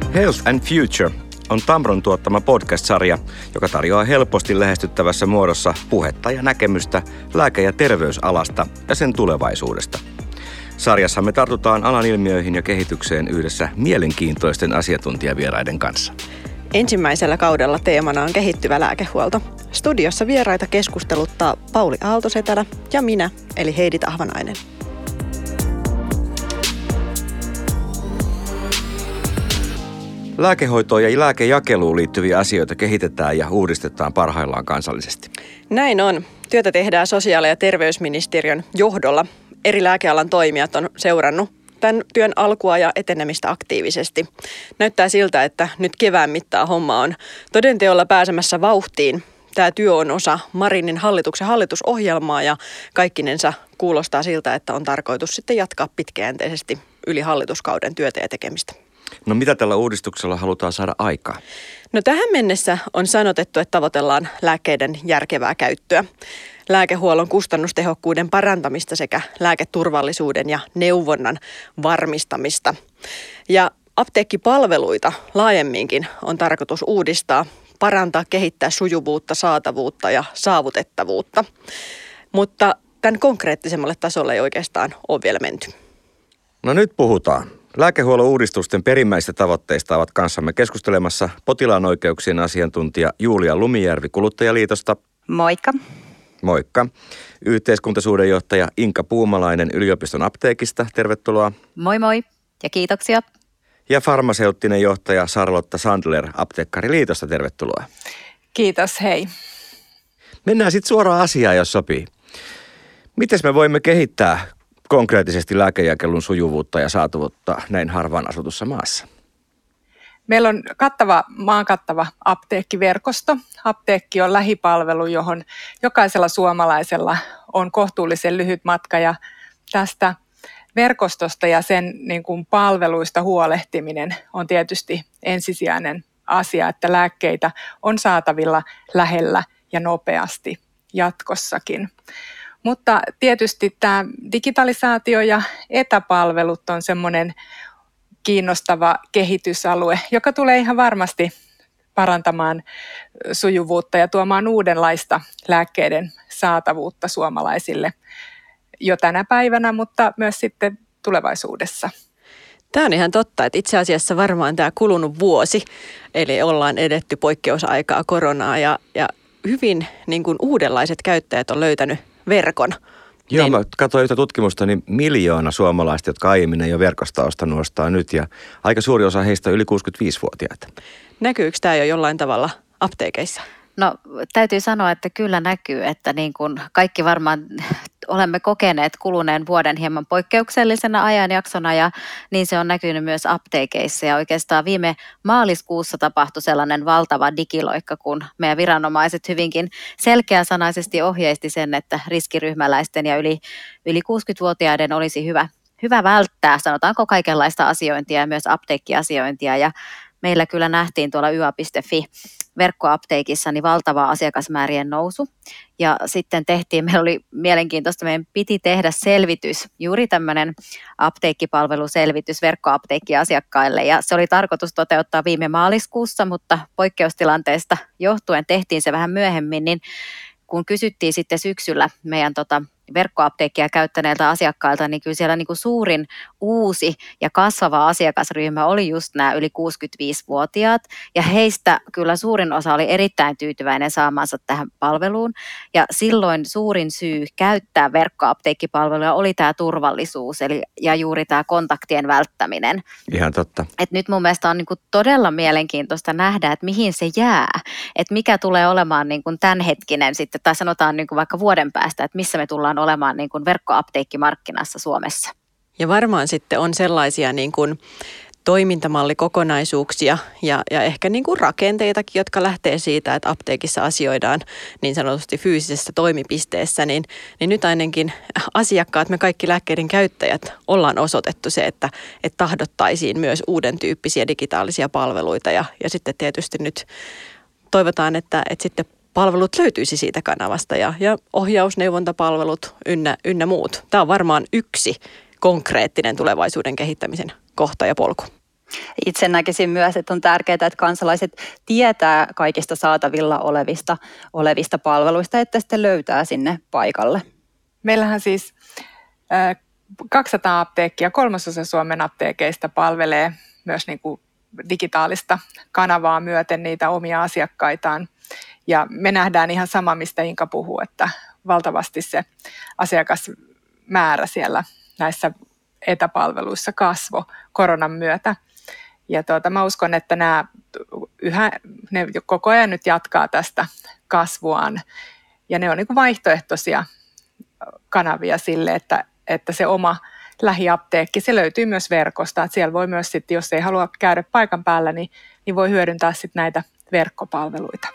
Health and Future on Tamron tuottama podcast-sarja, joka tarjoaa helposti lähestyttävässä muodossa puhetta ja näkemystä lääke- ja terveysalasta ja sen tulevaisuudesta. Sarjassa me tartutaan alan ilmiöihin ja kehitykseen yhdessä mielenkiintoisten asiantuntijavieraiden kanssa. Ensimmäisellä kaudella teemana on kehittyvä lääkehuolto. Studiossa vieraita keskusteluttaa Pauli Aaltosetälä ja minä, eli Heidi Tahvanainen. Lääkehoitoon ja lääkejakeluun liittyviä asioita kehitetään ja uudistetaan parhaillaan kansallisesti. Näin on. Työtä tehdään sosiaali- ja terveysministeriön johdolla. Eri lääkealan toimijat on seurannut tämän työn alkua ja etenemistä aktiivisesti. Näyttää siltä, että nyt kevään mittaan homma on todenteolla pääsemässä vauhtiin. Tämä työ on osa Marinin hallituksen hallitusohjelmaa ja kaikkinensa kuulostaa siltä, että on tarkoitus sitten jatkaa pitkäjänteisesti yli hallituskauden työtä ja tekemistä. No mitä tällä uudistuksella halutaan saada aikaan? No tähän mennessä on sanotettu, että tavoitellaan lääkkeiden järkevää käyttöä, lääkehuollon kustannustehokkuuden parantamista sekä lääketurvallisuuden ja neuvonnan varmistamista. Ja apteekkipalveluita laajemminkin on tarkoitus uudistaa, parantaa, kehittää sujuvuutta, saatavuutta ja saavutettavuutta. Mutta tämän konkreettisemmalle tasolle ei oikeastaan ole vielä menty. No nyt puhutaan. Lääkehuollon uudistusten perimmäisistä tavoitteista ovat kanssamme keskustelemassa potilaan oikeuksien asiantuntija Julia Lumijärvi Kuluttajaliitosta. Moikka. Moikka. Yhteiskuntasuhdejohtaja Inka Puumalainen yliopiston apteekista. Tervetuloa. Moi moi ja kiitoksia. Ja farmaseuttinen johtaja Charlotta Sandler Apteekkariliitosta. Tervetuloa. Kiitos, hei. Mennään sitten suoraan asiaan, jos sopii. Miten me voimme kehittää konkreettisesti lääkejakelun sujuvuutta ja saatavuutta näin harvaan asutussa maassa? Meillä on maan kattava apteekkiverkosto. Apteekki on lähipalvelu, johon jokaisella suomalaisella on kohtuullisen lyhyt matka, ja tästä verkostosta ja sen palveluista huolehtiminen on tietysti ensisijainen asia, että lääkkeitä on saatavilla lähellä ja nopeasti jatkossakin. Mutta tietysti tämä digitalisaatio ja etäpalvelut on semmoinen kiinnostava kehitysalue, joka tulee ihan varmasti parantamaan sujuvuutta ja tuomaan uudenlaista lääkkeiden saatavuutta suomalaisille jo tänä päivänä, mutta myös sitten tulevaisuudessa. Tämä on ihan totta, että itse asiassa varmaan tämä kulunut vuosi, eli ollaan edetty poikkeusaikaa, koronaa ja hyvin uudenlaiset käyttäjät on löytänyt verkon. Joo, mä katsoin yhtä tutkimusta, niin 1 miljoona suomalaista, jotka aiemmin ei ole verkosta ostanut, ostaa nyt, ja aika suuri osa heistä yli 65-vuotiaita. Näkyykö tämä jo jollain tavalla apteekeissa? No täytyy sanoa, että kyllä näkyy, että niin kuin kaikki varmaan olemme kokeneet kuluneen vuoden hieman poikkeuksellisena ajanjaksona, ja niin se on näkynyt myös apteekeissa, ja oikeastaan viime maaliskuussa tapahtui sellainen valtava digiloikka, kun meidän viranomaiset hyvinkin selkeäsanaisesti ohjeisti sen, että riskiryhmäläisten ja yli 60-vuotiaiden olisi hyvä välttää, sanotaanko kaikenlaista asiointia ja myös apteekkiasiointia, ja meillä kyllä nähtiin tuolla YA.fi verkkoapteekissa niin valtava asiakasmäärien nousu. Ja sitten meillä oli mielenkiintoista, meidän piti tehdä selvitys, juuri tämmöinen apteekkipalveluselvitys verkkoapteekkiasiakkaille. Ja se oli tarkoitus toteuttaa viime maaliskuussa, mutta poikkeustilanteesta johtuen tehtiin se vähän myöhemmin, niin kun kysyttiin sitten syksyllä meidän verkkoapteekkia käyttäneiltä asiakkailta, niin kyllä siellä suurin uusi ja kasvava asiakasryhmä oli just nämä yli 65-vuotiaat, ja heistä kyllä suurin osa oli erittäin tyytyväinen saamansa tähän palveluun, ja silloin suurin syy käyttää verkkoapteekkipalveluja oli tämä turvallisuus, ja juuri tämä kontaktien välttäminen. Ihan totta. Et nyt mun mielestä on todella mielenkiintoista nähdä, että mihin se jää, että mikä tulee olemaan tämänhetkinen sitten, tai sanotaan vaikka vuoden päästä, että missä me tullaan olemaan verkkoapteekkimarkkinassa Suomessa. Ja varmaan sitten on sellaisia toimintamallikokonaisuuksia ja ehkä rakenteitakin, jotka lähtee siitä, että apteekissa asioidaan niin sanotusti fyysisessä toimipisteessä, niin nyt ainakin asiakkaat, me kaikki lääkkeiden käyttäjät ollaan osoitettu se, että tahdottaisiin myös uuden tyyppisiä digitaalisia palveluita ja sitten tietysti nyt toivotaan, että sitten palvelut löytyisi siitä kanavasta ja ohjausneuvontapalvelut ynnä muut. Tämä on varmaan yksi konkreettinen tulevaisuuden kehittämisen kohta ja polku. Itse näkisin myös, että on tärkeää, että kansalaiset tietää kaikista saatavilla olevista palveluista, että sitten löytää sinne paikalle. Meillähän siis 200 apteekkia, 1/3 Suomen apteekeista palvelee myös niin kuin digitaalista kanavaa myöten niitä omia asiakkaitaan. Ja me nähdään ihan sama, mistä Inka puhuu, että valtavasti se asiakasmäärä siellä näissä etäpalveluissa kasvoi koronan myötä. Ja mä uskon, että ne koko ajan nyt jatkaa tästä kasvuaan. Ja ne on niin kuin vaihtoehtoisia kanavia sille, että se oma lähiapteekki, se löytyy myös verkosta. Että siellä voi myös sitten, jos ei halua käydä paikan päällä, niin voi hyödyntää sitten näitä verkkopalveluita.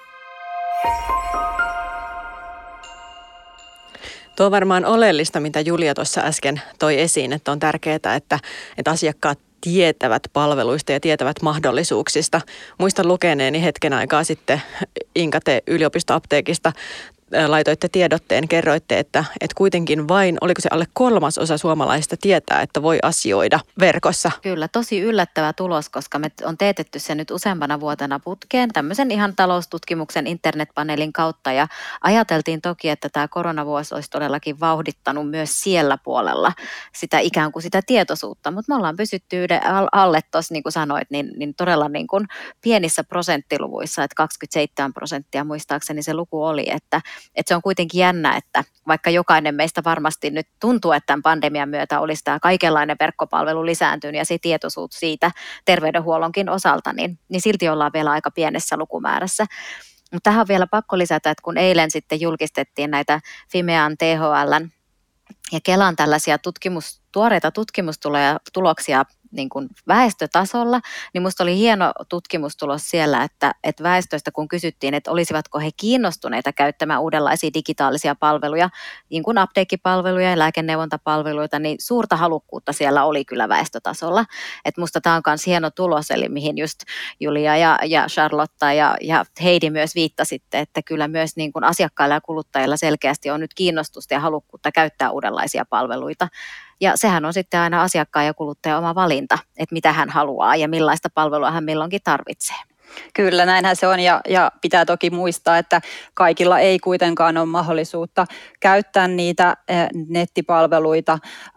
Tuo on varmaan oleellista, mitä Julia tuossa äsken toi esiin, että on tärkeää, että asiakkaat tietävät palveluista ja tietävät mahdollisuuksista. Muistan lukeneeni hetken aikaa sitten, Inka, te yliopistoapteekista laitoitte tiedotteen, kerroitte, että kuitenkin vain, oliko se alle 1/3 suomalaisista tietää, että voi asioida verkossa. Kyllä, tosi yllättävä tulos, koska me on teetetty se nyt useampana vuotena putkeen tämmöisen ihan taloustutkimuksen internetpaneelin kautta ja ajateltiin toki, että tämä koronavuosi olisi todellakin vauhdittanut myös siellä puolella sitä ikään kuin sitä tietoisuutta, mutta me ollaan pysytty alle tuossa, niin kuin sanoit, niin todella niin kuin pienissä prosenttiluvuissa, että 27% muistaakseni se luku oli, että se on kuitenkin jännä, että vaikka jokainen meistä varmasti nyt tuntuu, että tämän pandemian myötä olisi tämä kaikenlainen verkkopalvelu lisääntynyt ja se tietoisuus siitä terveydenhuollonkin osalta, niin silti ollaan vielä aika pienessä lukumäärässä. Mutta tähän on vielä pakko lisätä, että kun eilen sitten julkistettiin näitä Fimean, THL:n ja Kelan tällaisia tuoreita tutkimustuloksia niin kuin väestötasolla, niin musta oli hieno tutkimustulos siellä, että väestöstä kun kysyttiin, että olisivatko he kiinnostuneita käyttämään uudenlaisia digitaalisia palveluja, niin kuin apteekkipalveluja ja lääkeneuvontapalveluita, niin suurta halukkuutta siellä oli kyllä väestötasolla. Että musta tämä on myös hieno tulos, eli mihin just Julia ja Charlotta ja Heidi myös viittasitte, että kyllä myös niin kuin asiakkailla ja kuluttajilla selkeästi on nyt kiinnostusta ja halukkuutta käyttää uudenlaisia palveluita. Ja sehän on sitten aina asiakkaan ja kuluttajan oma valinta, että mitä hän haluaa ja millaista palvelua hän milloinkin tarvitsee. Kyllä, näinhän se on ja pitää toki muistaa, että kaikilla ei kuitenkaan ole mahdollisuutta käyttää niitä nettipalveluita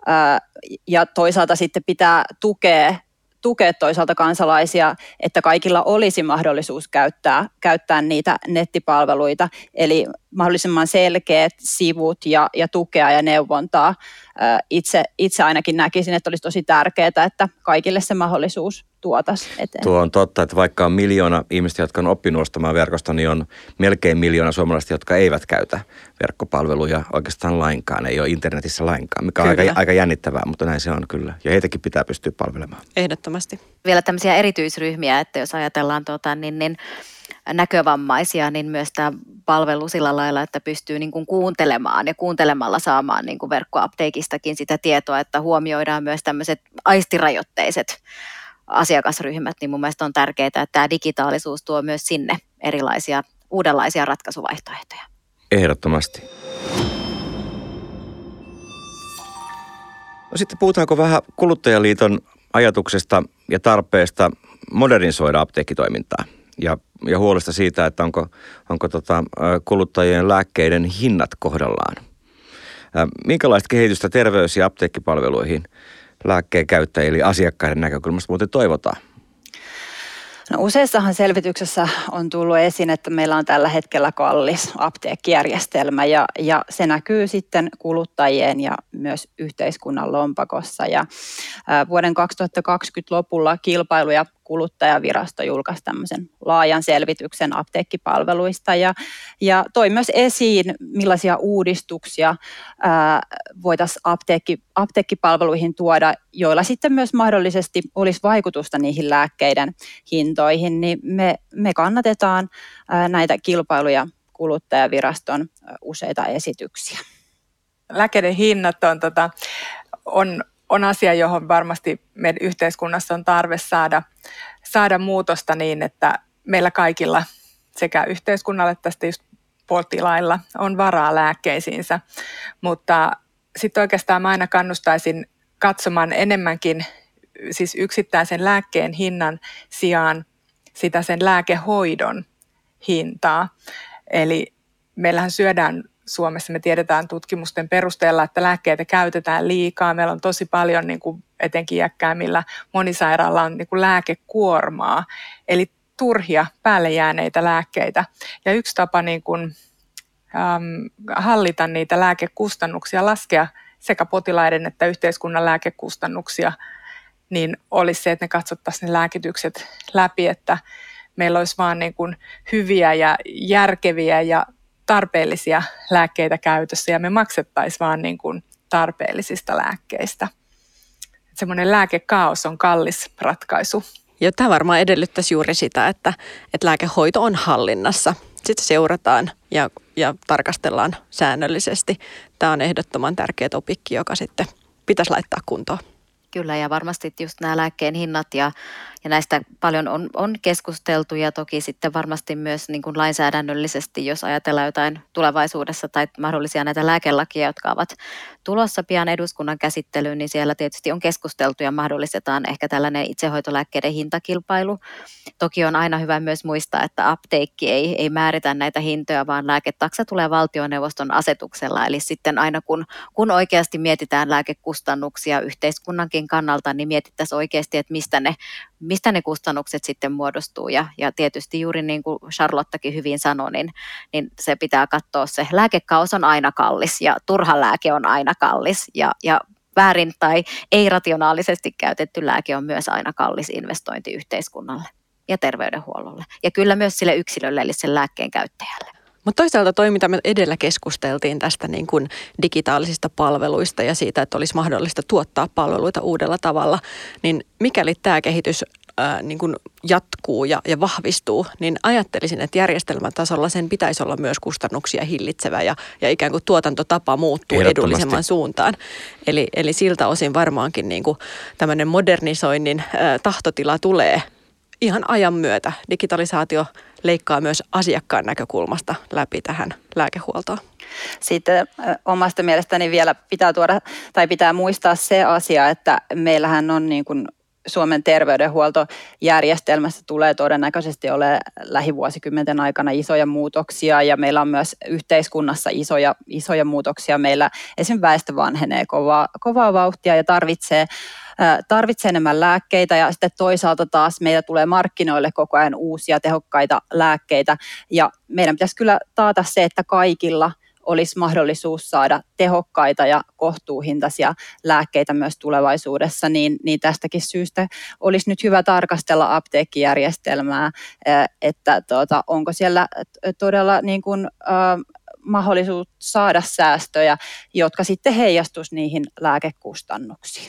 ja toisaalta sitten pitää tukea toisaalta kansalaisia, että kaikilla olisi mahdollisuus käyttää niitä nettipalveluita, eli mahdollisimman selkeät sivut ja tukea ja neuvontaa. Itse ainakin näkisin, että olisi tosi tärkeää, että kaikille se mahdollisuus tuotaisiin eteen. Tuo on totta, että vaikka on 1 miljoona ihmistä, jotka on oppinut ostamaan verkosta, niin on melkein 1 miljoona suomalaista, jotka eivät käytä verkkopalveluja oikeastaan lainkaan, ei ole internetissä lainkaan, mikä on aika jännittävää, mutta näin se on kyllä. Ja heitäkin pitää pystyä palvelemaan. Ehdottomasti. Vielä tämmöisiä erityisryhmiä, että jos ajatellaan niin näkövammaisia, niin myös tämä palvelu sillä lailla, että pystyy niin kuin kuuntelemaan ja kuuntelemalla saamaan niin kuin verkkoapteekistakin sitä tietoa, että huomioidaan myös tämmöiset aistirajoitteiset asiakasryhmät, niin mun mielestä on tärkeää, että tämä digitaalisuus tuo myös sinne erilaisia uudenlaisia ratkaisuvaihtoehtoja. Ehdottomasti. No sitten puhutaanko vähän Kuluttajaliiton ajatuksesta ja tarpeesta modernisoida apteekkitoimintaa ja huolesta siitä, että onko kuluttajien lääkkeiden hinnat kohdallaan. Minkälaista kehitystä terveys- ja apteekkipalveluihin lääkkeen käyttäjien eli asiakkaiden näkökulmasta muuten toivotaan? No, useissahan selvityksessä on tullut esiin, että meillä on tällä hetkellä kallis apteekkijärjestelmä ja se näkyy sitten kuluttajien ja myös yhteiskunnan lompakossa. Ja vuoden 2020 lopulla Kilpailu- ja kuluttajavirasto julkaisi tämmöisen laajan selvityksen apteekkipalveluista ja toi myös esiin, millaisia uudistuksia voitaisiin apteekkipalveluihin tuoda, joilla sitten myös mahdollisesti olisi vaikutusta niihin lääkkeiden hintoihin, niin me kannatetaan näitä Kilpailu- ja kuluttajaviraston useita esityksiä. Lääkkeiden hinnat on asia, johon varmasti meidän yhteiskunnassa on tarve saada muutosta niin, että meillä kaikilla sekä yhteiskunnalla että tästä just potilailla on varaa lääkkeisiinsä. Mutta sitten oikeastaan mä aina kannustaisin katsomaan enemmänkin siis yksittäisen lääkkeen hinnan sijaan sitä sen lääkehoidon hintaa. Eli meillähän syödään Suomessa, me tiedetään tutkimusten perusteella, että lääkkeitä käytetään liikaa. Meillä on tosi paljon niin kuin etenkin iäkkäämmillä monisairailla on niin kuin lääkekuormaa, eli turhia päälle jääneitä lääkkeitä. Ja yksi tapa niin kuin, hallita niitä lääkekustannuksia, laskea sekä potilaiden että yhteiskunnan lääkekustannuksia, niin olisi se, että ne katsottaisiin ne lääkitykset läpi, että meillä olisi vaan niin kuin hyviä ja järkeviä ja tarpeellisia lääkkeitä käytössä ja me maksettaisiin vaan niin kuin tarpeellisista lääkkeistä. Semmoinen lääkekaos on kallis ratkaisu. Ja tämä varmaan edellyttäisi juuri sitä, että lääkehoito on hallinnassa. Sitten seurataan ja tarkastellaan säännöllisesti. Tämä on ehdottoman tärkeä topikki, joka sitten pitäisi laittaa kuntoon. Kyllä, ja varmasti just nämä lääkkeen hinnat ja näistä paljon on keskusteltu ja toki sitten varmasti myös niin kuin lainsäädännöllisesti, jos ajatellaan jotain tulevaisuudessa tai mahdollisia näitä lääkelakia, jotka ovat tulossa pian eduskunnan käsittelyyn, niin siellä tietysti on keskusteltu ja mahdollistetaan ehkä tällainen itsehoitolääkkeiden hintakilpailu. Toki on aina hyvä myös muistaa, että apteekki ei määritä näitä hintoja, vaan lääketaksa tulee valtioneuvoston asetuksella. Eli sitten aina kun oikeasti mietitään lääkekustannuksia yhteiskunnankin kannalta, niin mietittäisiin oikeasti, että mistä ne kustannukset sitten muodostuu. Ja tietysti juuri niin kuin Charlottakin hyvin sanoi, niin se pitää katsoa, se lääkekaos on aina kallis ja turha lääke on aina kallis ja väärin tai ei-rationaalisesti käytetty lääke on myös aina kallis investointi yhteiskunnalle ja terveydenhuollolle. Ja kyllä myös sille yksilölle eli sen lääkkeen käyttäjälle. Mutta toisaalta toi, mitä me edellä keskusteltiin tästä niin kuin digitaalisista palveluista ja siitä, että olisi mahdollista tuottaa palveluita uudella tavalla, niin mikäli tämä kehitys niin kuin jatkuu ja vahvistuu, niin ajattelisin, että järjestelmätasolla sen pitäisi olla myös kustannuksia hillitsevä ja ikään kuin tuotantotapa muuttuu edullisemman suuntaan. Eli siltä osin varmaankin niin kuin tämmöinen modernisoinnin tahtotila tulee ihan ajan myötä. Digitalisaatio leikkaa myös asiakkaan näkökulmasta läpi tähän lääkehuoltoon. Sitten omasta mielestäni vielä pitää muistaa se asia, että meillähän on niin kuin Suomen terveydenhuoltojärjestelmässä tulee todennäköisesti olemaan lähivuosikymmenten aikana isoja muutoksia ja meillä on myös yhteiskunnassa isoja muutoksia. Meillä esimerkiksi väestö vanhenee kovaa vauhtia ja tarvitsee enemmän lääkkeitä ja sitten toisaalta taas meillä tulee markkinoille koko ajan uusia tehokkaita lääkkeitä ja meidän pitäisi kyllä taata se, että kaikilla olisi mahdollisuus saada tehokkaita ja kohtuuhintaisia lääkkeitä myös tulevaisuudessa, niin tästäkin syystä olisi nyt hyvä tarkastella apteekkijärjestelmää, että onko siellä todella niin kuin, mahdollisuus saada säästöjä, jotka sitten heijastuisi niihin lääkekustannuksiin.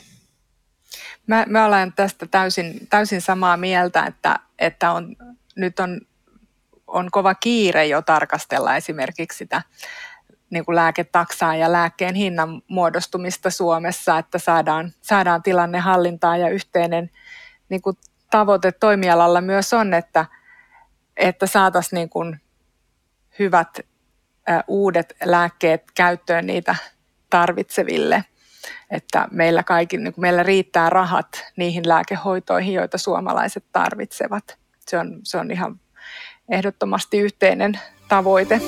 Me ollaan tästä täysin samaa mieltä, että nyt on kova kiire jo tarkastella esimerkiksi sitä niin kuin lääketaksaa ja lääkkeen hinnan muodostumista Suomessa, että saadaan tilanne hallintaan ja yhteinen niin kuin tavoite toimialalla myös on, että saataisiin niin kuin hyvät uudet lääkkeet käyttöön niitä tarvitseville, että meillä riittää rahat niihin lääkehoitoihin, joita suomalaiset tarvitsevat. Se on ihan ehdottomasti yhteinen tavoite.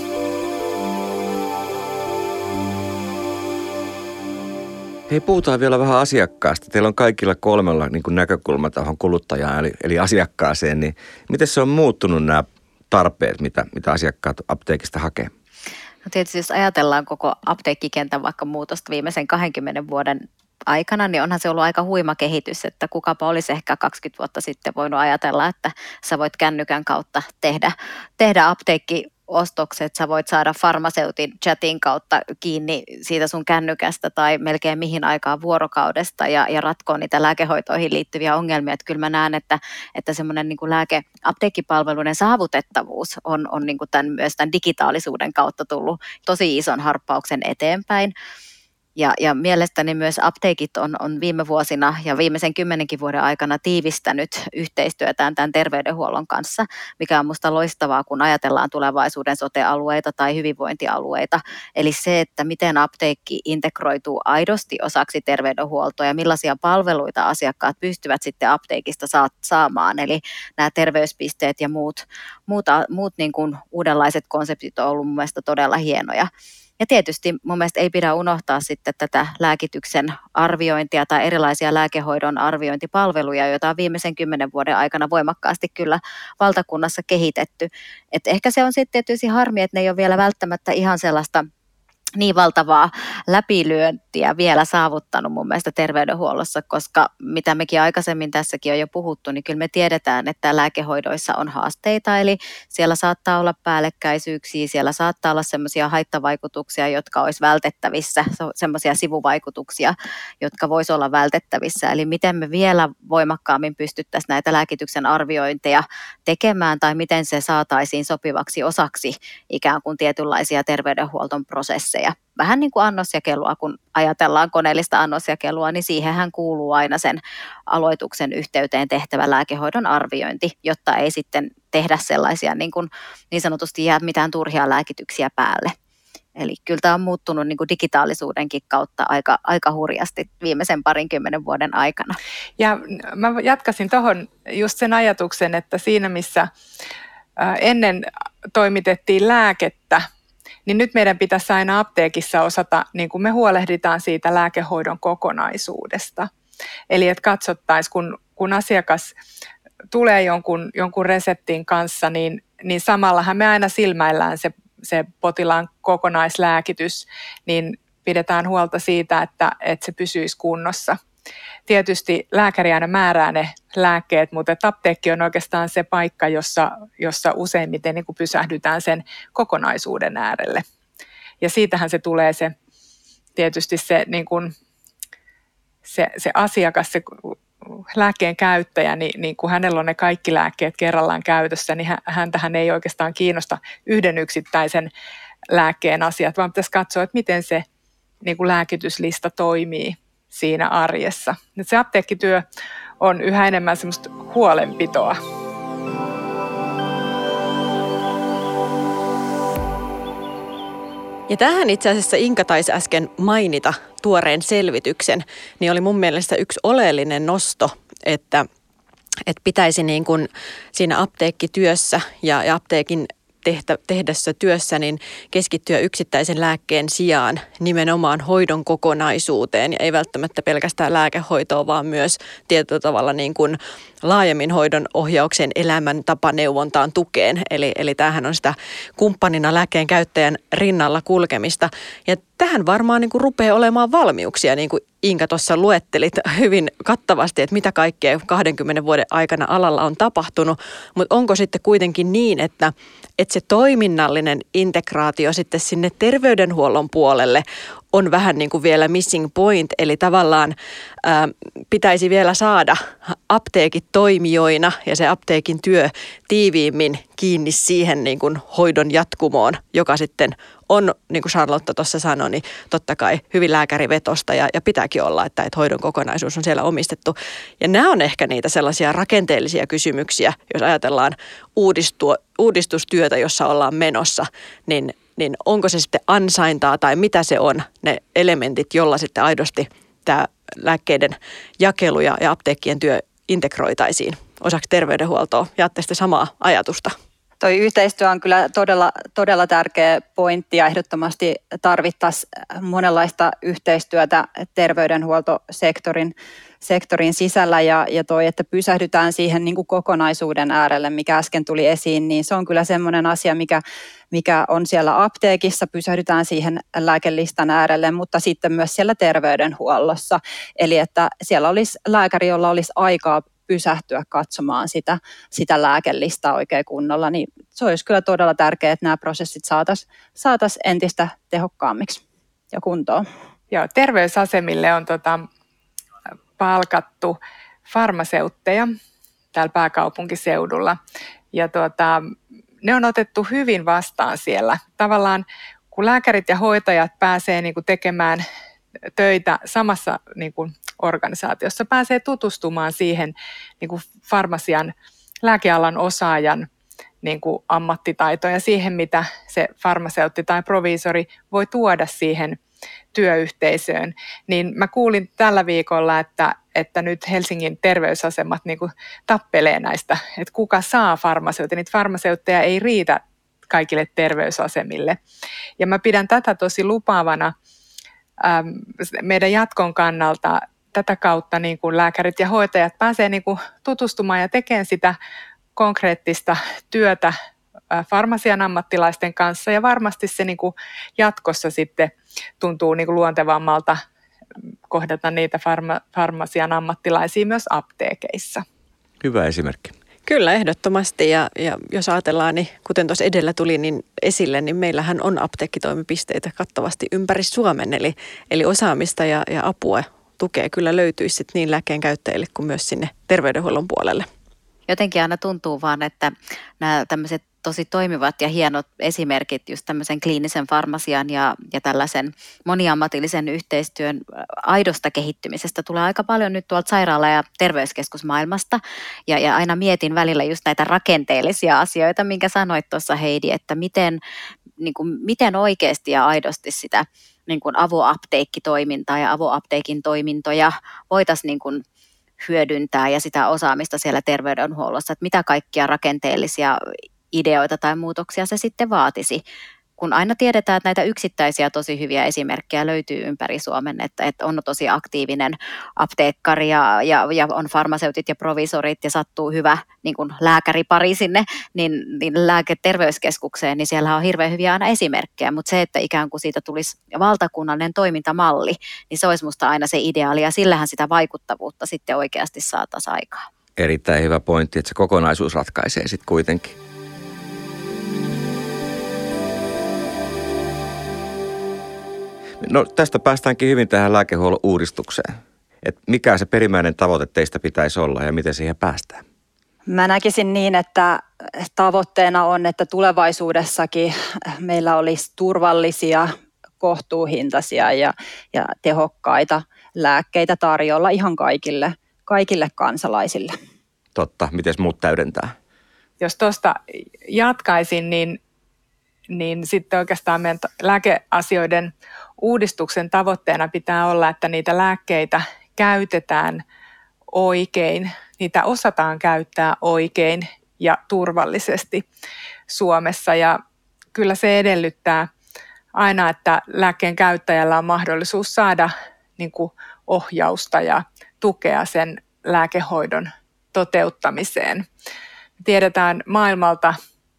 Hei, puhutaan vielä vähän asiakkaasta. Teillä on kaikilla kolmella niin kuin näkökulma tuohon kuluttajaan eli asiakkaaseen. Niin miten se on muuttunut nämä tarpeet, mitä asiakkaat apteekista hakee? No tietysti jos ajatellaan koko apteekkikentän vaikka muutosta viimeisen 20 vuoden aikana, niin onhan se ollut aika huima kehitys, että kukapa olisi ehkä 20 vuotta sitten voinut ajatella, että sä voit kännykän kautta tehdä apteekkiostokset, sä voit saada farmaseutin chatin kautta kiinni siitä sun kännykästä tai melkein mihin aikaan vuorokaudesta ja ratkoa niitä lääkehoitoihin liittyviä ongelmia. Että kyllä mä näen, että semmoinen niin kuin apteekkipalveluiden saavutettavuus on niin kuin myös tämän digitaalisuuden kautta tullut tosi ison harppauksen eteenpäin. Ja mielestäni myös apteekit on viime vuosina ja viimeisen 10 vuoden aikana tiivistänyt yhteistyötään tämän terveydenhuollon kanssa, mikä on minusta loistavaa, kun ajatellaan tulevaisuuden sote-alueita tai hyvinvointialueita. Eli se, että miten apteekki integroituu aidosti osaksi terveydenhuoltoa ja millaisia palveluita asiakkaat pystyvät sitten apteekista saamaan. Eli nämä terveyspisteet ja muut niin kuin uudenlaiset konseptit on ollut mun mielestä todella hienoja. Ja tietysti mun mielestä ei pidä unohtaa sitten tätä lääkityksen arviointia tai erilaisia lääkehoidon arviointipalveluja, joita on viimeisen 10 vuoden aikana voimakkaasti kyllä valtakunnassa kehitetty. Et ehkä se on sitten tietysti harmi, että ne ei ole vielä välttämättä ihan sellaista niin valtavaa läpilyöntiä vielä saavuttanut mun mielestä terveydenhuollossa, koska mitä mekin aikaisemmin tässäkin on jo puhuttu, niin kyllä me tiedetään, että lääkehoidoissa on haasteita, eli siellä saattaa olla päällekkäisyyksiä, siellä saattaa olla semmoisia haittavaikutuksia, jotka olisi vältettävissä, semmoisia sivuvaikutuksia, jotka voisi olla vältettävissä, eli miten me vielä voimakkaammin pystyttäisiin näitä lääkityksen arviointeja tekemään, tai miten se saataisiin sopivaksi osaksi ikään kuin tietynlaisia terveydenhuolton prosesseja. Vähän niin kuin annosjakelua, kun ajatellaan koneellista annosjakelua, niin siihenhän kuuluu aina sen aloituksen yhteyteen tehtävä lääkehoidon arviointi, jotta ei sitten tehdä sellaisia niin sanotusti jää mitään turhia lääkityksiä päälle. Eli kyllä tämä on muuttunut niin kuin digitaalisuudenkin kautta aika hurjasti viimeisen 20 vuoden aikana. Ja mä jatkasin tuohon just sen ajatuksen, että siinä missä ennen toimitettiin lääkettä, niin nyt meidän pitäisi aina apteekissa osata, niin kuin me huolehditaan siitä lääkehoidon kokonaisuudesta. Eli että katsottaisiin, kun asiakas tulee jonkun reseptin kanssa, niin samallahan me aina silmäillään se potilaan kokonaislääkitys, niin pidetään huolta siitä, että se pysyisi kunnossa. Tietysti lääkäri aina määrää ne lääkkeet, mutta apteekki on oikeastaan se paikka, jossa useimmiten niin kuin pysähdytään sen kokonaisuuden äärelle. Ja siitähän se tulee tietysti se asiakas, se lääkkeen käyttäjä, niin kun hänellä on ne kaikki lääkkeet kerrallaan käytössä, niin häntähän ei oikeastaan kiinnosta yhden yksittäisen lääkkeen asiat, vaan pitäisi katsoa, että miten se niin kuin lääkityslista toimii siinä arjessa. Nyt se apteekkityö on yhä enemmän semmoista huolenpitoa. Ja tähän itse asiassa Inka taisi äsken mainita tuoreen selvityksen, niin oli mun mielestä yksi oleellinen nosto, että pitäisi niin kuin siinä apteekkityössä ja apteekin tehdessä työssä niin keskittyä yksittäisen lääkkeen sijaan nimenomaan hoidon kokonaisuuteen ja ei välttämättä pelkästään lääkehoitoa, vaan myös tietyllä tavalla niin kuin laajemmin hoidon ohjaukseen, elämäntapaneuvontaan, tukeen. Eli tämähän on sitä kumppanina lääkkeen käyttäjän rinnalla kulkemista. Ja tähän varmaan niin kuin rupeaa olemaan valmiuksia, niin kuin Inka tuossa luettelit hyvin kattavasti, että mitä kaikkea 20 vuoden aikana alalla on tapahtunut. Mutta onko sitten kuitenkin niin, että se toiminnallinen integraatio sitten sinne terveydenhuollon puolelle on vähän niin kuin vielä missing point, eli tavallaan pitäisi vielä saada apteekit toimijoina ja se apteekin työ tiiviimmin kiinni siihen niin kuin hoidon jatkumoon, joka sitten on, niin kuin Charlotte tuossa sanoi, niin totta kai hyvin lääkärivetosta ja pitääkin olla, että hoidon kokonaisuus on siellä omistettu. Ja nämä on ehkä niitä sellaisia rakenteellisia kysymyksiä, jos ajatellaan uudistustyötä, jossa ollaan menossa, niin onko se sitten ansaintaa tai mitä se on, ne elementit, jolla sitten aidosti tämä lääkkeiden jakelu ja apteekkien työ integroitaisiin osaksi terveydenhuoltoa. Jaatte sitten samaa ajatusta? Toi yhteistyö on kyllä todella tärkeä pointti ja ehdottomasti tarvittaisiin monenlaista yhteistyötä terveydenhuoltosektorin sisällä ja toi, että pysähdytään siihen niin kuin kokonaisuuden äärelle, mikä äsken tuli esiin, niin se on kyllä semmoinen asia, mikä on siellä apteekissa, pysähdytään siihen lääkelistan äärelle, mutta sitten myös siellä terveydenhuollossa. Eli että siellä olisi lääkäri, jolla olisi aikaa pysähtyä katsomaan sitä lääkelistaa oikein kunnolla, niin se olisi kyllä todella tärkeää, että nämä prosessit saataisiin entistä tehokkaammiksi ja kuntoon. Joo, terveysasemille on palkattu farmaseutteja täällä pääkaupunkiseudulla ja ne on otettu hyvin vastaan siellä. Tavallaan kun lääkärit ja hoitajat pääsee niin kuin tekemään töitä samassa niin kuin organisaatiossa, pääsee tutustumaan siihen niin kuin farmasian, lääkealan osaajan niin kuin ammattitaitoon ja siihen, mitä se farmaseutti tai proviisori voi tuoda siihen työyhteisöön. Niin mä kuulin tällä viikolla, että nyt Helsingin terveysasemat niin kuin tappelee näistä, että kuka saa farmaseutteja. Niitä farmaseutteja ei riitä kaikille terveysasemille. Ja mä pidän tätä tosi lupaavana meidän jatkon kannalta. Tätä kautta niin kuin lääkärit ja hoitajat pääsee niin kuin tutustumaan ja tekemään sitä konkreettista työtä farmasian ammattilaisten kanssa, ja varmasti se niin kuin jatkossa sitten tuntuu niin kuin luontevammalta kohdata niitä farmasian ammattilaisia myös apteekeissa. Hyvä esimerkki. Kyllä, ehdottomasti. Ja jos ajatellaan, niin kuten tuossa edellä tuli niin esille, niin meillähän on apteekkitoimipisteitä kattavasti ympäri Suomen. Eli osaamista ja apua, tukea kyllä löytyisi sit niin lääkkeen käyttäjille kuin myös sinne terveydenhuollon puolelle. Jotenkin aina tuntuu vaan, että nämä tämmöiset tosi toimivat ja hienot esimerkit just tämmöisen kliinisen farmasian ja tällaisen moniammatillisen yhteistyön aidosta kehittymisestä tulee aika paljon nyt tuolta sairaala- ja terveyskeskusmaailmasta. Ja aina mietin välillä just näitä rakenteellisia asioita, minkä sanoit tuossa Heidi, että miten oikeasti ja aidosti sitä niin kuin avoapteekkitoimintaa ja avoapteekin toimintoja voitaisiin niin kuin hyödyntää ja sitä osaamista siellä terveydenhuollossa, että mitä kaikkia rakenteellisia ideoita tai muutoksia se sitten vaatisi. Kun aina tiedetään, että näitä yksittäisiä tosi hyviä esimerkkejä löytyy ympäri Suomen, että on tosi aktiivinen apteekkari ja on farmaseutit ja provisorit ja sattuu hyvä niin kuin lääkäripari sinne, niin lääketerveyskeskukseen, niin siellä on hirveän hyviä aina esimerkkejä, mutta se, että ikään kuin siitä tulisi valtakunnallinen toimintamalli, niin se olisi musta aina se ideaali ja sillähän sitä vaikuttavuutta sitten oikeasti saataisiin aikaa. Erittäin hyvä pointti, että se kokonaisuus ratkaisee sitten kuitenkin. No tästä päästäänkin hyvin tähän lääkehuollon uudistukseen. Että mikä se perimmäinen tavoite teistä pitäisi olla ja miten siihen päästään? Mä näkisin niin, että tavoitteena on, että tulevaisuudessakin meillä olisi turvallisia, kohtuuhintaisia ja tehokkaita lääkkeitä tarjolla ihan kaikille kansalaisille. Totta. Miten muut täydentää? Jos tuosta jatkaisin, niin sitten oikeastaan meidän lääkeasioiden uudistuksen tavoitteena pitää olla, että niitä lääkkeitä käytetään oikein, niitä osataan käyttää oikein ja turvallisesti Suomessa. Ja kyllä se edellyttää aina, että lääkkeen käyttäjällä on mahdollisuus saada niin kuin ohjausta ja tukea sen lääkehoidon toteuttamiseen. Tiedetään maailmalta,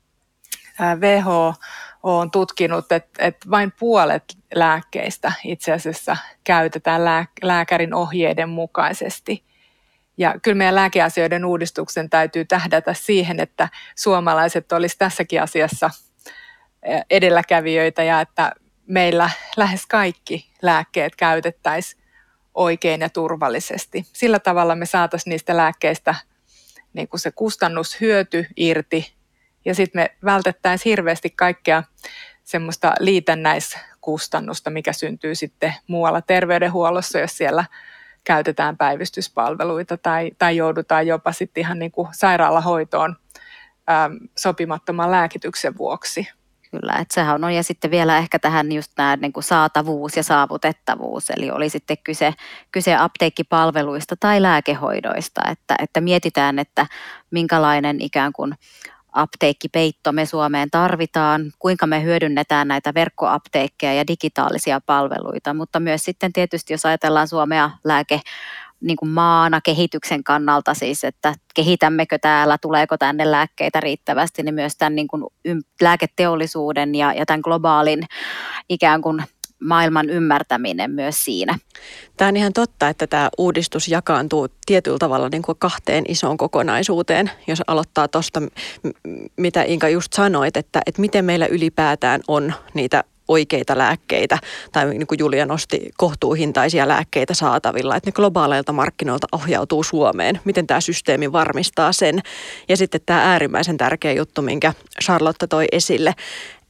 WHO on tutkinut, että vain puolet lääkkeistä itse asiassa käytetään lääkärin ohjeiden mukaisesti. Ja kyllä meidän lääkeasioiden uudistuksen täytyy tähdätä siihen, että suomalaiset olisi tässäkin asiassa edelläkävijöitä ja että meillä lähes kaikki lääkkeet käytettäisiin oikein ja turvallisesti. Sillä tavalla me saataisiin niistä lääkkeistä niin kuin se kustannushyöty irti ja sitten me vältettäisiin hirveästi kaikkea semmoista liitännäiskustannusta, mikä syntyy sitten muualla terveydenhuollossa, jos siellä käytetään päivystyspalveluita tai joudutaan jopa sitten ihan niin kuin sairaalahoitoon sopimattoman lääkityksen vuoksi. Kyllä, että sehän on ja sitten vielä ehkä tähän just nämä niin kuin saatavuus ja saavutettavuus, eli oli sitten kyse apteekkipalveluista tai lääkehoidoista, että mietitään, että minkälainen ikään kuin apteekkipeitto me Suomeen tarvitaan, kuinka me hyödynnetään näitä verkkoapteekkeja ja digitaalisia palveluita, mutta myös sitten tietysti jos ajatellaan Suomea niin kuin maana kehityksen kannalta siis, että kehitämmekö täällä, tuleeko tänne lääkkeitä riittävästi, niin myös tämän niin kuin lääketeollisuuden ja tämän globaalin ikään kuin maailman ymmärtäminen myös siinä. Tämä on ihan totta, että tämä uudistus jakaantuu tietyllä tavalla niin kuin kahteen isoon kokonaisuuteen. Jos aloittaa tuosta, mitä Inka just sanoit, että miten meillä ylipäätään on niitä oikeita lääkkeitä, tai niin kuin Julia nosti, kohtuuhintaisia lääkkeitä saatavilla, että ne globaaleilta markkinoilta ohjautuu Suomeen. Miten tämä systeemi varmistaa sen? Ja sitten tämä äärimmäisen tärkeä juttu, minkä Charlotte toi esille,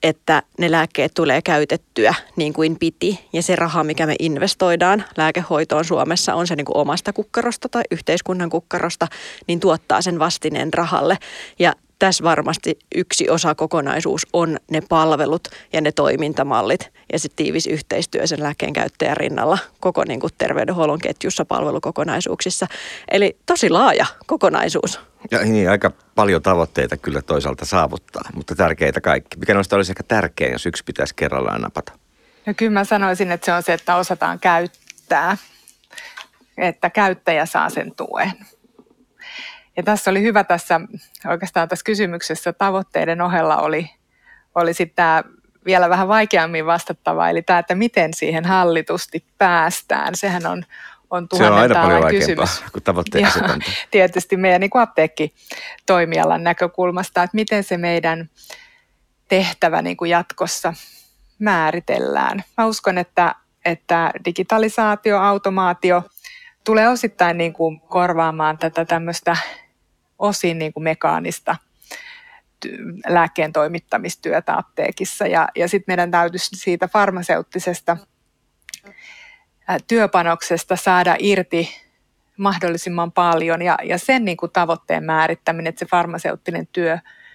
että ne lääkkeet tulee käytettyä niin kuin piti. Ja se raha, mikä me investoidaan lääkehoitoon Suomessa, on se niin kuin omasta kukkarosta tai yhteiskunnan kukkarosta, niin tuottaa sen vastineen rahalle. Ja tässä varmasti yksi osa kokonaisuus on ne palvelut ja ne toimintamallit ja se tiivis yhteistyö sen lääkkeen käyttäjän rinnalla koko niin kuin terveydenhuollon ketjussa palvelukokonaisuuksissa. Eli tosi laaja kokonaisuus. Ja niin, aika paljon tavoitteita kyllä toisaalta saavuttaa, mutta tärkeitä kaikki. Mikä noista olisi ehkä tärkein, jos yksi pitäisi kerrallaan napata? No kyllä mä sanoisin, että se on se, että osataan käyttää, että käyttäjä saa sen tuen. Ja tässä oli hyvä oikeastaan tässä kysymyksessä tavoitteiden ohella oli sitten tämä vielä vähän vaikeammin vastattava, eli tämä, että miten siihen hallitusti päästään. Sehän on se on aina paljon kysymys. vaikeampaa kuin tavoitteen asetanta. Tietysti meidän niin kuin apteekkitoimialan näkökulmasta, että miten se meidän tehtävä niin kuin jatkossa määritellään. Mä uskon, että digitalisaatio, automaatio tulee osittain niin kuin korvaamaan tätä tämmöistä osin niin kuin mekaanista lääkkeen toimittamistyötä apteekissa. Ja sitten meidän täytyisi siitä farmaseuttisesta työpanoksesta saada irti mahdollisimman paljon. Ja sen niin kuin tavoitteen määrittäminen, että se farmaseuttinen työ,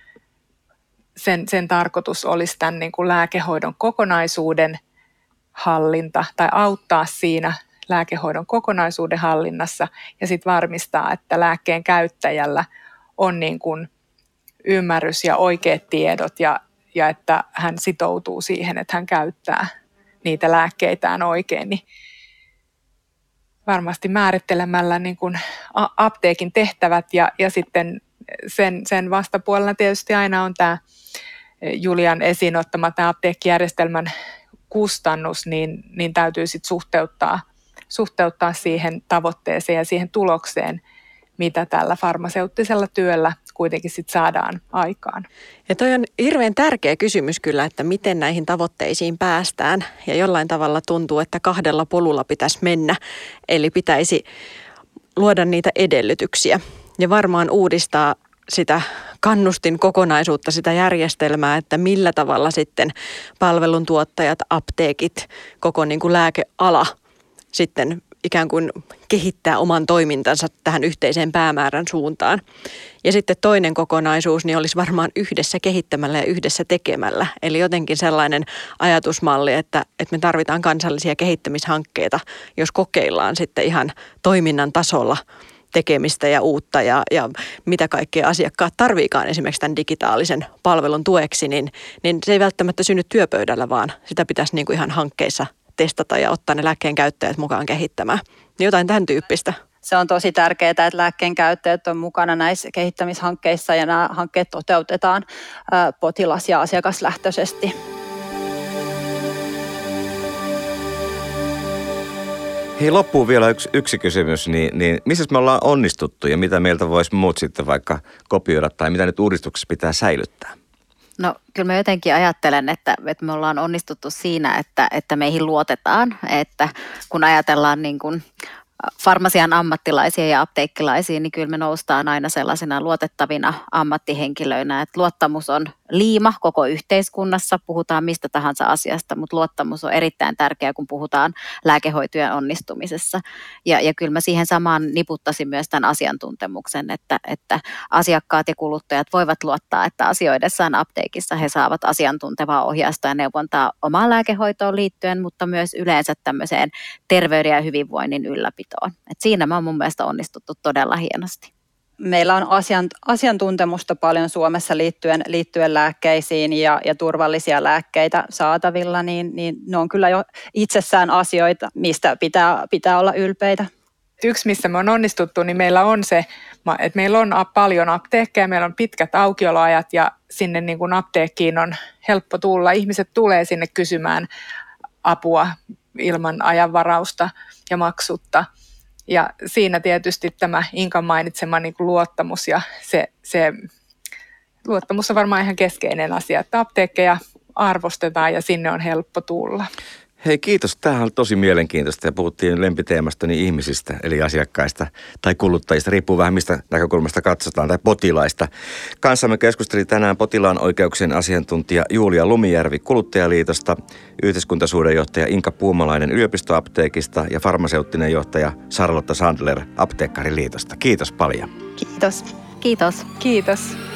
sen tarkoitus olisi tämän niin kuin lääkehoidon kokonaisuuden hallinta tai auttaa siinä lääkehoidon kokonaisuuden hallinnassa ja sitten varmistaa, että lääkkeen käyttäjällä on niin kuin ymmärrys ja oikeat tiedot ja että hän sitoutuu siihen, että hän käyttää niitä lääkkeitään oikein. Niin varmasti määrittelemällä niin kuin apteekin tehtävät ja sitten sen vastapuolella tietysti aina on tämä Julian esiin ottama tämä apteekkijärjestelmän kustannus, niin täytyy sitten suhteuttaa siihen tavoitteeseen ja siihen tulokseen, mitä tällä farmaseuttisella työllä kuitenkin sitten saadaan aikaan. Ja toi on hirveän tärkeä kysymys kyllä, että miten näihin tavoitteisiin päästään. Ja jollain tavalla tuntuu, että kahdella polulla pitäisi mennä. Eli pitäisi luoda niitä edellytyksiä ja varmaan uudistaa sitä kannustin kokonaisuutta, sitä järjestelmää, että millä tavalla sitten palveluntuottajat, apteekit, koko niin kuin lääkeala sitten ikään kuin kehittää oman toimintansa tähän yhteiseen päämäärän suuntaan. Ja sitten toinen kokonaisuus niin olisi varmaan yhdessä kehittämällä ja yhdessä tekemällä. Eli jotenkin sellainen ajatusmalli, että me tarvitaan kansallisia kehittämishankkeita, jos kokeillaan sitten ihan toiminnan tasolla tekemistä ja uutta ja mitä kaikkea asiakkaat tarviikaan esimerkiksi tämän digitaalisen palvelun tueksi, niin se ei välttämättä synny työpöydällä, vaan sitä pitäisi niin kuin ihan hankkeissa testata ja ottaa ne lääkkeen käyttäjät mukaan kehittämään. Jotain tämän tyyppistä. Se on tosi tärkeää, että lääkkeen käyttäjät on mukana näissä kehittämishankkeissa ja nämä hankkeet toteutetaan potilas- ja asiakaslähtöisesti. Hei, loppuun vielä yksi kysymys, niin missä me ollaan onnistuttu ja mitä meiltä voisi muut sitten vaikka kopioida tai mitä nyt uudistuksessa pitää säilyttää? No kyllä mä jotenkin ajattelen, että me ollaan onnistuttu siinä, että meihin luotetaan, että kun ajatellaan niin kuin farmasian ammattilaisia ja apteekkilaisia, niin kyllä me noustaan aina sellaisina luotettavina ammattihenkilöinä, että luottamus on liima koko yhteiskunnassa, puhutaan mistä tahansa asiasta, mutta luottamus on erittäin tärkeää, kun puhutaan lääkehoitojen onnistumisessa. Ja kyllä mä siihen samaan niputtaisin myös tämän asiantuntemuksen, että asiakkaat ja kuluttajat voivat luottaa, että asioidessaan apteekissa he saavat asiantuntevaa ohjausta ja neuvontaa omaan lääkehoitoon liittyen, mutta myös yleensä tämmöiseen terveyden ja hyvinvoinnin ylläpitoon. Et siinä me on mun mielestä onnistuttu todella hienosti. Meillä on asiantuntemusta paljon Suomessa liittyen lääkkeisiin ja turvallisia lääkkeitä saatavilla, niin ne on kyllä jo itsessään asioita, mistä pitää olla ylpeitä. Yksi, missä me on onnistuttu, niin meillä on se, että meillä on paljon apteekkeja, meillä on pitkät aukioloajat ja sinne niin kuin apteekkiin on helppo tulla. Ihmiset tulee sinne kysymään apua ilman ajanvarausta ja maksutta. Ja siinä tietysti tämä Inkan mainitsema niin kuin luottamus ja se luottamus on varmaan ihan keskeinen asia, että apteekkeja arvostetaan ja sinne on helppo tulla. Hei, kiitos. Tämähän oli tosi mielenkiintoista ja puhuttiin lempiteemastani ihmisistä, eli asiakkaista tai kuluttajista, riippuu vähän mistä näkökulmasta katsotaan, tai potilaista. Kanssamme keskusteli tänään potilaan oikeuksien asiantuntija Julia Lumijärvi Kuluttajaliitosta, yhteiskuntasuhdejohtaja Inka Puumalainen yliopistoapteekista ja farmaseuttinen johtaja Charlotta Sandler Apteekkariliitosta. Kiitos paljon. Kiitos. Kiitos. Kiitos.